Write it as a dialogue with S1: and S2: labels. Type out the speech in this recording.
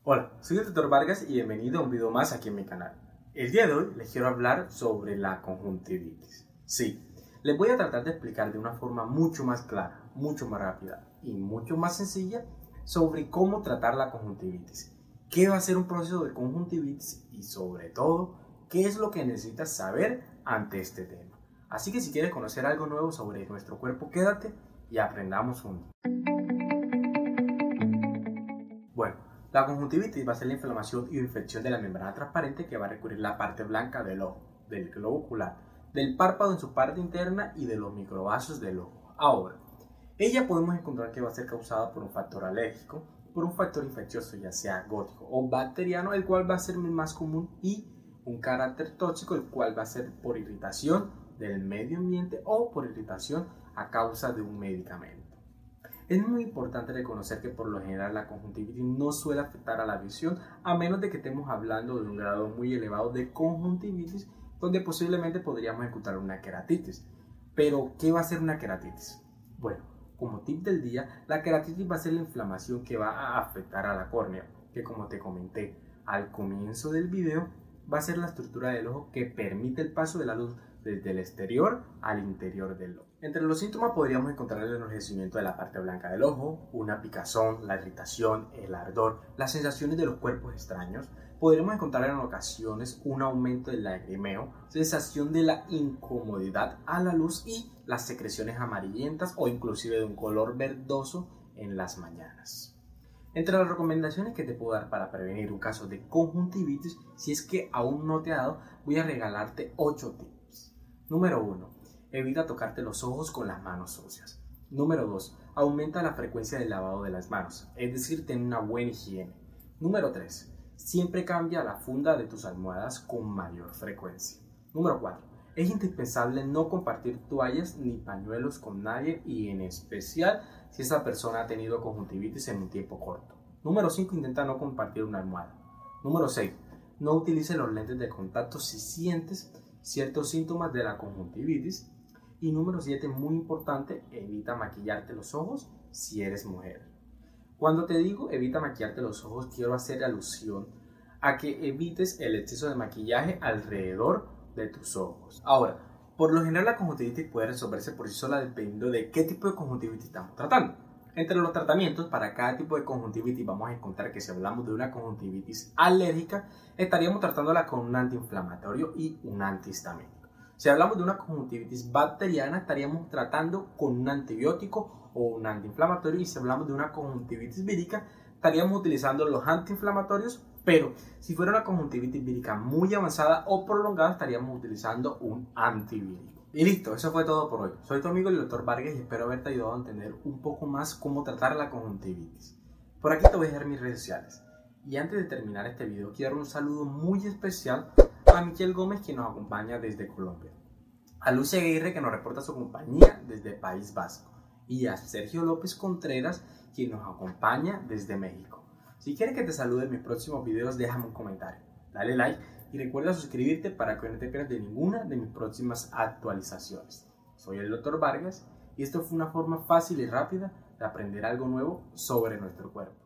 S1: Hola, soy el Dr. Vargas y bienvenido a un video más aquí en mi canal. El día de hoy les quiero hablar sobre la conjuntivitis. Sí, les voy a tratar de explicar de una forma mucho más clara, mucho más rápida y mucho más sencilla sobre cómo tratar la conjuntivitis, qué va a ser un proceso de conjuntivitis y sobre todo, qué es lo que necesitas saber ante este tema. Así que si quieres conocer algo nuevo sobre nuestro cuerpo, quédate y aprendamos juntos. Bueno, la conjuntivitis va a ser la inflamación y infección de la membrana transparente que va a recubrir la parte blanca del ojo, del globo ocular, del párpado en su parte interna y de los microvasos del ojo. Ahora, ella podemos encontrar que va a ser causada por un factor alérgico, por un factor infeccioso, ya sea gótico o bacteriano, el cual va a ser el más común, y un carácter tóxico, el cual va a ser por irritación del medio ambiente o por irritación a causa de un medicamento. Es muy importante reconocer que por lo general la conjuntivitis no suele afectar a la visión, a menos de que estemos hablando de un grado muy elevado de conjuntivitis, donde posiblemente podríamos encontrar una queratitis. Pero, ¿qué va a ser una queratitis? Bueno, como tip del día, la queratitis va a ser la inflamación que va a afectar a la córnea, que como te comenté al comienzo del video, va a ser la estructura del ojo que permite el paso de la luz desde el exterior al interior del ojo. Entre los síntomas podríamos encontrar el enrojecimiento de la parte blanca del ojo, una picazón, la irritación, el ardor, las sensaciones de los cuerpos extraños. Podremos encontrar en ocasiones un aumento del lagrimeo, sensación de la incomodidad a la luz y las secreciones amarillentas o inclusive de un color verdoso en las mañanas. Entre las recomendaciones que te puedo dar para prevenir un caso de conjuntivitis, si es que aún no te ha dado, voy a regalarte 8 tips. Número 1. Evita tocarte los ojos con las manos sucias. Número 2. Aumenta la frecuencia del lavado de las manos, es decir, ten una buena higiene. Número 3. Siempre cambia la funda de tus almohadas con mayor frecuencia. Número 4. Es indispensable no compartir toallas ni pañuelos con nadie y en especial si esa persona ha tenido conjuntivitis en un tiempo corto. Número 5. Intenta no compartir una almohada. Número 6. No utilices los lentes de contacto si sientes ciertos síntomas de la conjuntivitis. Y número 7, muy importante, evita maquillarte los ojos si eres mujer. Cuando te digo evita maquillarte los ojos, quiero hacer alusión a que evites el exceso de maquillaje alrededor de tus ojos. Ahora, por lo general la conjuntivitis puede resolverse por sí sola dependiendo de qué tipo de conjuntivitis estamos tratando. Entre los tratamientos para cada tipo de conjuntivitis vamos a encontrar que si hablamos de una conjuntivitis alérgica, estaríamos tratándola con un antiinflamatorio y un antihistamínico. Si hablamos de una conjuntivitis bacteriana, estaríamos tratando con un antibiótico o un antiinflamatorio, y si hablamos de una conjuntivitis vírica, estaríamos utilizando los antiinflamatorios, pero si fuera una conjuntivitis vírica muy avanzada o prolongada, estaríamos utilizando un antivírico. Y listo, eso fue todo por hoy. Soy tu amigo el Dr. Vargas y espero haberte ayudado a entender un poco más cómo tratar la conjuntivitis. Por aquí te voy a dejar mis redes sociales. Y antes de terminar este video, quiero dar un saludo muy especial a Michelle Gómez, quien nos acompaña desde Colombia, a Lucia Aguirre, que nos reporta su compañía desde País Vasco, y a Sergio López Contreras, quien nos acompaña desde México. Si quieres que te salude en mis próximos videos, déjame un comentario, dale like y recuerda suscribirte para que no te pierdas de ninguna de mis próximas actualizaciones. Soy el Dr. Vargas y esto fue una forma fácil y rápida de aprender algo nuevo sobre nuestro cuerpo.